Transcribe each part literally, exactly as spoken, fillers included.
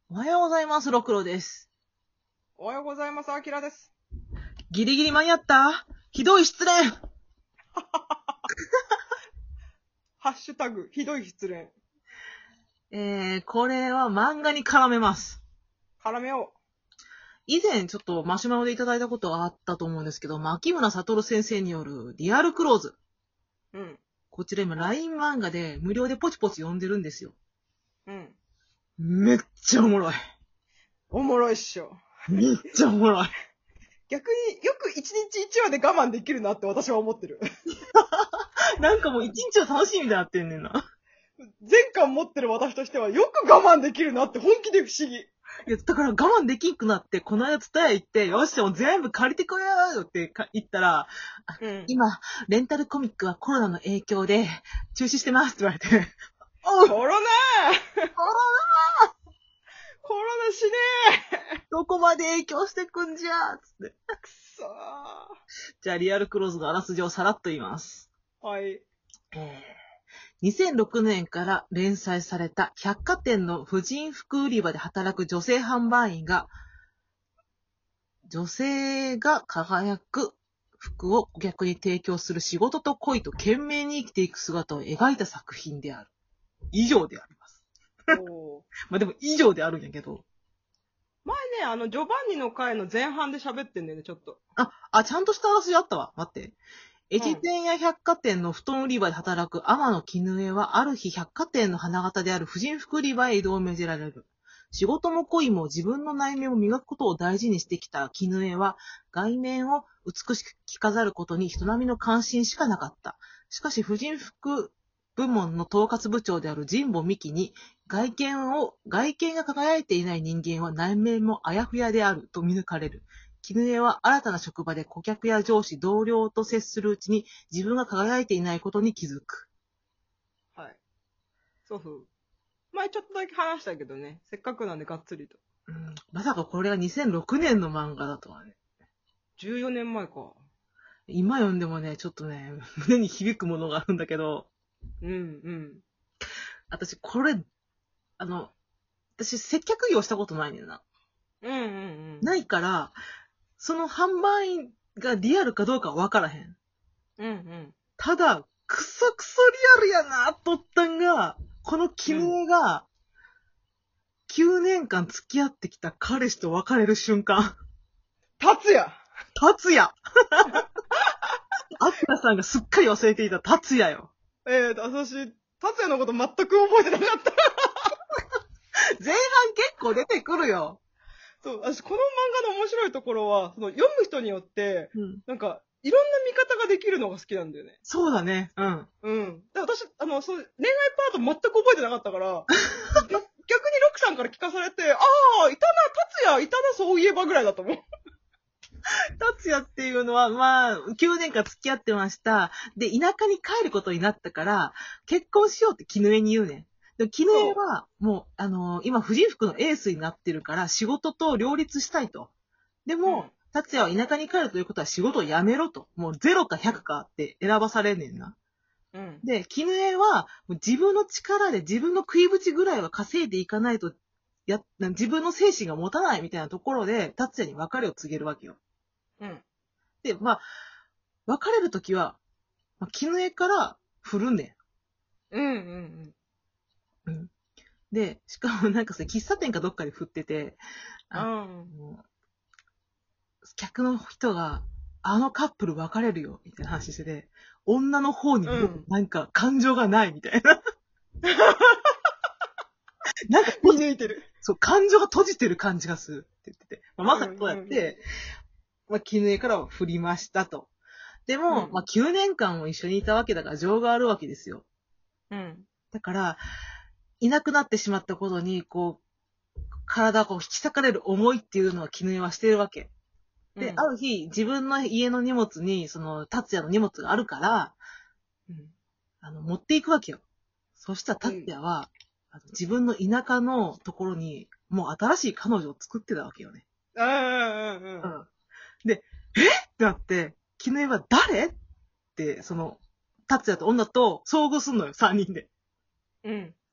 おはようございます、ろくろです。 おはようございます、あきらです。 ギリギリ間に合った？ひどい失恋ハッシュタグ、ひどい失恋。 えー、これは漫画に絡めます。 絡めよ以前ちょっとマシュマロでいただいたことがあったと思うんですけど、牧村悟先生によるリアルクローズ。 う。うん。 こちら今 ライン 漫画で無料でポチポチ読んでるんですよ。 うん。 めっちゃおもろい。 おもろいっしょ。 めっちゃおもろい。 逆によく一日一話で我慢できるなって私は思ってる。 なんかもう一日は楽しみになってんねんな。 全巻持ってる私としてはよく我慢できるなって本気で不思議。 いや、だから我慢できんくなって、この間伝え行って、よっしゃ、もう全部借りてこようよって言ったら、 うん。 今、レンタルコミックはコロナの影響で中止してますって言われて、おうコロナーコロナコロナしねどこまで影響してくんじゃつって。 ーくそー。 じゃあ、リアルクローズのあらすじをさらっと言います。 はい。 えー、にせんろくねんから連載された百貨店の婦人服売り場で働く女性販売員が、女性が輝く服を顧客に提供する仕事と恋と懸命に生きていく姿を描いた作品である。以上であります。 おーまあでも以上であるんやけど。 前ね、あの、ジョバンニの回の前半で喋ってんだよね、ちょっと。 あ、あ、ちゃんとしたあらすじあったわ。待って。越前屋百貨店の布団売り場で働く天野絹江は、ある日百貨店の花形である婦人服売り場へ移動を命じられる。仕事も恋も自分の内面を磨くことを大事にしてきた絹江は、外面を美しく着飾ることに人並みの関心しかなかった。しかし婦人服部門の統括部長である神保美希に、外見を、外見が輝いていない人間は内面もあやふやであると見抜かれる。絹江は新たな職場で顧客や上司、同僚と接するうちに自分が輝いていないことに気づく。 はい。祖父。前ちょっとだけ話したけどね、せっかくなんでがっつりと。 うん、まさかこれがにせんろくねんの漫画だとはね。 じゅうよねんまえか。 今読んでもね、ちょっとね、胸に響くものがあるんだけど、 うんうん。 私これ、あの、私接客業したことないねんな。 うんうんうん。 ないから、その販売員がリアルかどうかは分からへん。 うんうん。 ただ、クソクソリアルやなとったんが、この絹江が、きゅうねんかん付き合ってきた彼氏と別れる瞬間。 達也達也アキラさんがすっかり忘れていた達也よ。 ええー、私、達也のこと全く覚えてなかった。 前半結構出てくるよ。 そう、私、この漫画の面白いところは、その読む人によって、 うん。 なんか、いろんな見方ができるのが好きなんだよね。 そうだね。うん。 うん。で私、あの、その恋愛パート全く覚えてなかったから、逆にロクさんから聞かされて、ああ、いたな、達也、いたな、そういえばぐらいだと思う。 達也っていうのは、まあ、きゅうねんかん付き合ってました。で、田舎に帰ることになったから、結婚しようって絹江に言うねん。でも絹江は、もう、あのー今、婦人服のエースになってるから、仕事と両立したいと。でも、 うん達也は田舎に帰るということは仕事を辞めろと。もうゼロかひゃくかって選ばされんねんな。 うん。 で、絹江は、もう自分の力で自分の食いぶちぐらいは稼いでいかないと、や、自分の精神が持たないみたいなところで、達也に別れを告げるわけよ。 うん。 で、まあ、別れるときは、まあ、絹江から振るんねうんうんん。うん。で、しかもなんかそれ喫茶店かどっかで振ってて、 うん。 あうん。 の客の人が、あのカップル別れるよ、みたいな話してて、女の方にもうんなんか感情がないみたいな。なんか見抜いてる。 そう、感情が閉じてる感じがするって言ってて。まあ、まさにそうやって、まあ、絹江からは振りましたと。でも、 うんまあ、きゅうねんかんも一緒にいたわけだから情があるわけですよ。 うん。 だから、いなくなってしまったことに、こう、体をこう引き裂かれる思いっていうのは絹江はしてるわけ。で、 うんある日、自分の家の荷物に、その、達也の荷物があるから、 うん。 あの、持っていくわけよ。そしたら達也は、あの自分の田舎のところに、もう新しい彼女を作ってたわけよね。 うんうんうん。 うん。で、えってなって、絹江は誰って、その、達也と女と遭遇すんのよ、三人で。 うん。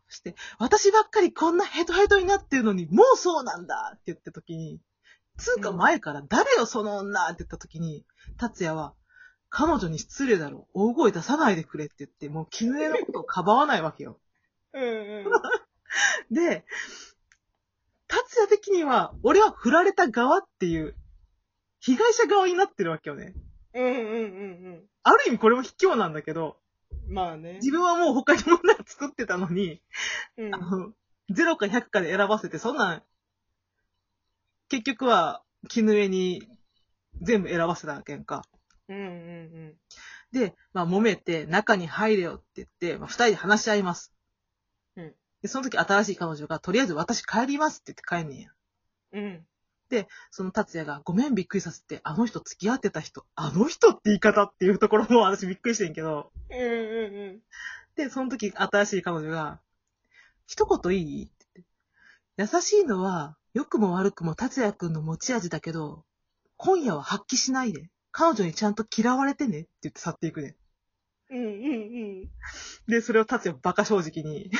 そして、私ばっかりこんなヘトヘトになってるのに、もうそうなんだって言った時に、つうか前から誰よその女って言った時に、達也は、彼女に失礼だろ。大声出さないでくれって言って、もう絹江のことをかばわないわけよ。 うんうん。 で、達也的には、俺は振られた側っていう、被害者側になってるわけよね。 うんうんうんある意味これも卑怯なんだけど、 うん。まあね。 自分はもう他に女を作ってたのに、 うんあの、ゼロかひゃくかで選ばせて、そんなん、結局は、絹江に全部選ばせたわけやんか。 うんうんで、まあ揉めて、中に入れよって言って、まあ二人で話し合います。 うん。 で、その時新しい彼女が、とりあえず私帰りますって言って帰んねんや。 うん。 で、その達也が、ごめんびっくりさせて、あの人付き合ってた人、あの人って言い方っていうところも私びっくりしてんけど、 うんうんうん。 で、その時新しい彼女が、一言いいって言って、優しいのは、良くも悪くも達也くんの持ち味だけど、今夜は発揮しないで、彼女にちゃんと嫌われてねって言って去っていくね。 うんうんうん。 で、それを達也バカ正直に、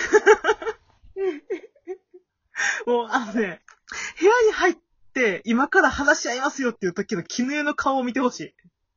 もう、あのね、部屋に入って、今から話し合いますよっていう時の絹江の顔を見てほしい。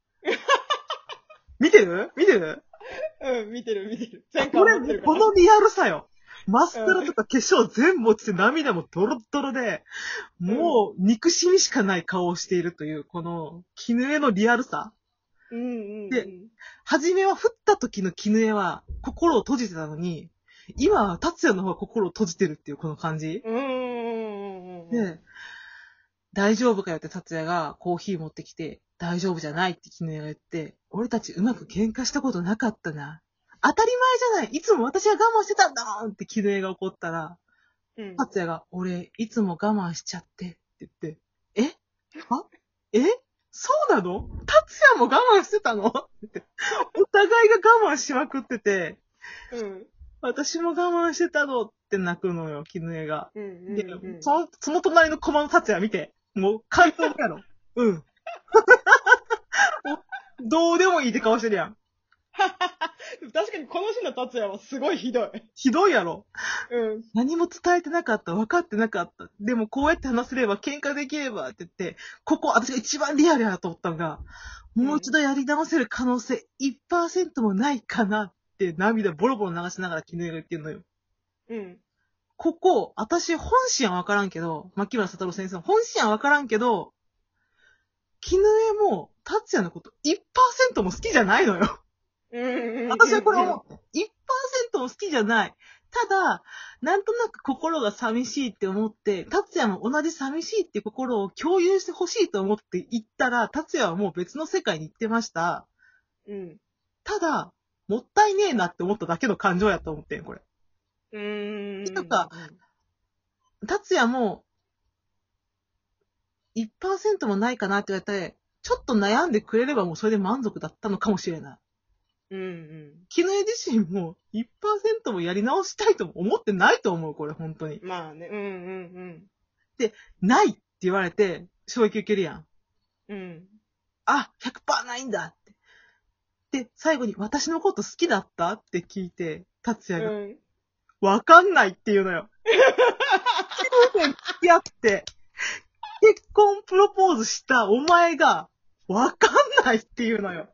見てる見てるうん、見てる見てる。前これ、 回持ってるから。 このリアルさよ。マスカラとか化粧全部落ちて涙もドロッドロで、もう憎しみしかない顔をしているという、この絹江のリアルさ。 うんうんうん。 で初めは降った時の絹江は心を閉じてたのに、今は達也の方が心を閉じてるっていうこの感じ。 うんうんうんうん。 で、大丈夫かよって達也がコーヒー持ってきて、大丈夫じゃないって絹江が言って、俺たちうまく喧嘩したことなかったな。当たり前じゃないいつも私は我慢してたんだもんって絹江が怒ったら、 うん。 達也が、俺、いつも我慢しちゃってって言って、えはえそうなの達也も我慢してたのって言って、お互いが我慢しまくってて、 うん。 私も我慢してたのって泣くのよ、絹江が。 うんうんでうん。 その、その隣の駒の達也見て、もう感動やろ。うん。どうでもいいって顔してるやん。 確かにこのシーンの達也はすごいひどい。 ひどいやろ。 うん。 何も伝えてなかった。分かってなかった。でもこうやって話せれば喧嘩できればって言って、ここ、私が一番リアルやと思ったのが、もう一度やり直せる可能性 いちパーセント もないかなって涙ボロボロ流しながら絹江が言ってるのよ。 うん。 ここ、私本心は分からんけど、牧村悟先生の本心は分からんけど、絹江も達也のこと いちパーセント も好きじゃないのよ。 うんうんうん。 私はこれ思って。いちパーセント も好きじゃない。ただ、なんとなく心が寂しいって思って、達也も同じ寂しいって心を共有してほしいと思って行ったら、達也はもう別の世界に行ってました。 うん。 ただ、もったいねえなって思っただけの感情やと思ってん、これ。 うーん。 なんか、達也も、いちパーセント もないかなって言われて、ちょっと悩んでくれればもうそれで満足だったのかもしれない。 うんうん。 絹江自身も いちパーセント もやり直したいとも思ってないと思う、これ、本当に。 まあね、うんうんないって言われて、衝撃受けるやん。 うん。うん。 あ、ひゃくパーセント ないんだって。で、最後に私のこと好きだったって聞いて、達也が、 うん。 わかんないって言うのよ。きゅうねん付き合って、結婚プロポーズしたお前が、わかんないって言うのよ。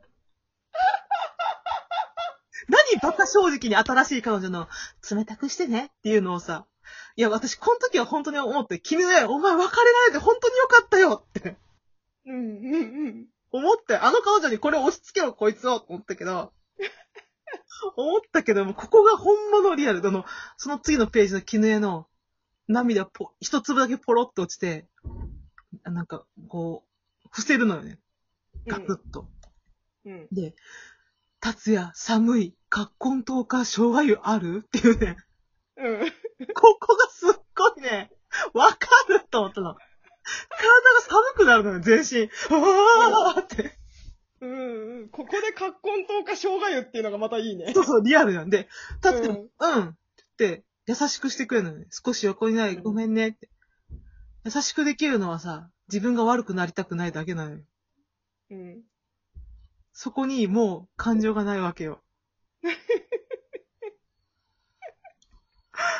何バカ正直に新しい彼女の冷たくしてねっていうのをさ、いや私この時は本当に思って、君ね、お前別れられて本当によかったよってうんうんうん。 思って、あの彼女にこれを押し付けろこいつをと思ったけど、思ったけども、ここが本物リアル。あの、その次のページの絹江の涙ポ、一粒だけポロッと落ちて、なんかこう、伏せるのよね。ガクッと。 うん。 で、達也、寒い、葛根糖か生姜湯あるっていうね。 うん。 ここがすっごいね、わかると思ったの。体が寒くなるのよ、全身。わーって。 うんうん。ここで葛根糖か生姜湯っていうのがまたいいね。 そうそう、リアルなんで。達也、 ううんん、って優しくしてくれるのね。少し横にない、ごめんねって。優しくできるのはさ、自分が悪くなりたくないだけなのよ。 うん。 そこにもう感情がないわけよ。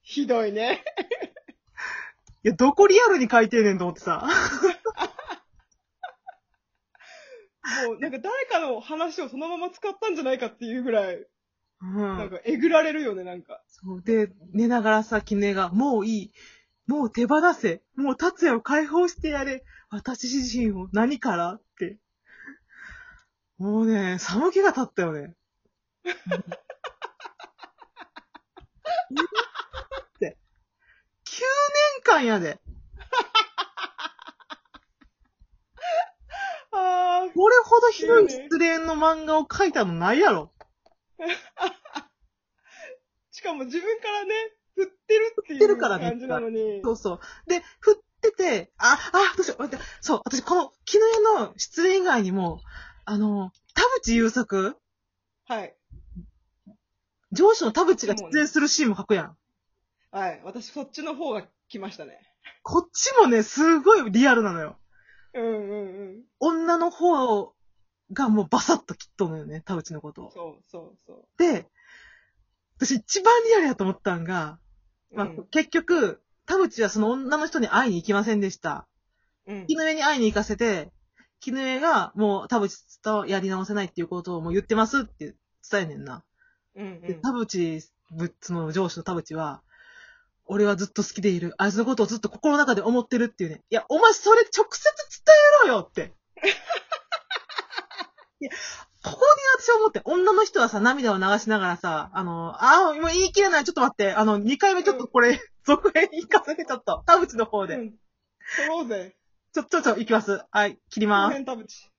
ひどいね。 いや、どこリアルに書いてんねんと思ってさ。 もう、なんか誰かの話をそのまま使ったんじゃないかっていうぐらい、 うん。 なんかえぐられるよね、なんか。 そう。で、寝ながらさ、絹江が、もういい。もう手放せ。もう達也を解放してやれ。私自身を何からって。もうね、寒気が立ったよね。って。きゅうねんかんやで。 あー、 これほどひどい失恋の漫画を描いたのないやろ。 しかも自分からね、振ってるっていう振ってるからね感じなのに。 そうそう。で、振ってて、あ、あ、どうしよう。待って、そう、私この、絹江の失恋以外にも、あの、田淵優作はい。 上司の田淵が出演するシーンも書くやん。 はい。私、そっちの方が来ましたね。 こっちもね、すごいリアルなのよ。 うんうんうん。 女の方がもうバサッと切っとんのよね、田淵のことを。 そうそうそで、私一番リアルやと思ったんが、 う。 まあうん。 結局、田淵はその女の人に会いに行きませんでした。 うん。 絹江に会いに行かせて、絹江がもう田淵とやり直せないっていうことをもう言ってますって伝えんねんな。で、 うんうん。 田淵、ぶその上司の田淵は、俺はずっと好きでいる。あいつのことをずっと心の中で思ってるっていうね。いや、お前それ直接伝えろよって。いや、ここに私は思って、女の人はさ、涙を流しながらさ、あの、ああ、もう言い切れない。ちょっと待って。あの、にかいめちょっとこれ、続編行かせてちょっと。田淵の方で。 うん。取ろうぜ。 ちょ、ちょ、ちょ、行きます。はい、切ります。 後編田淵。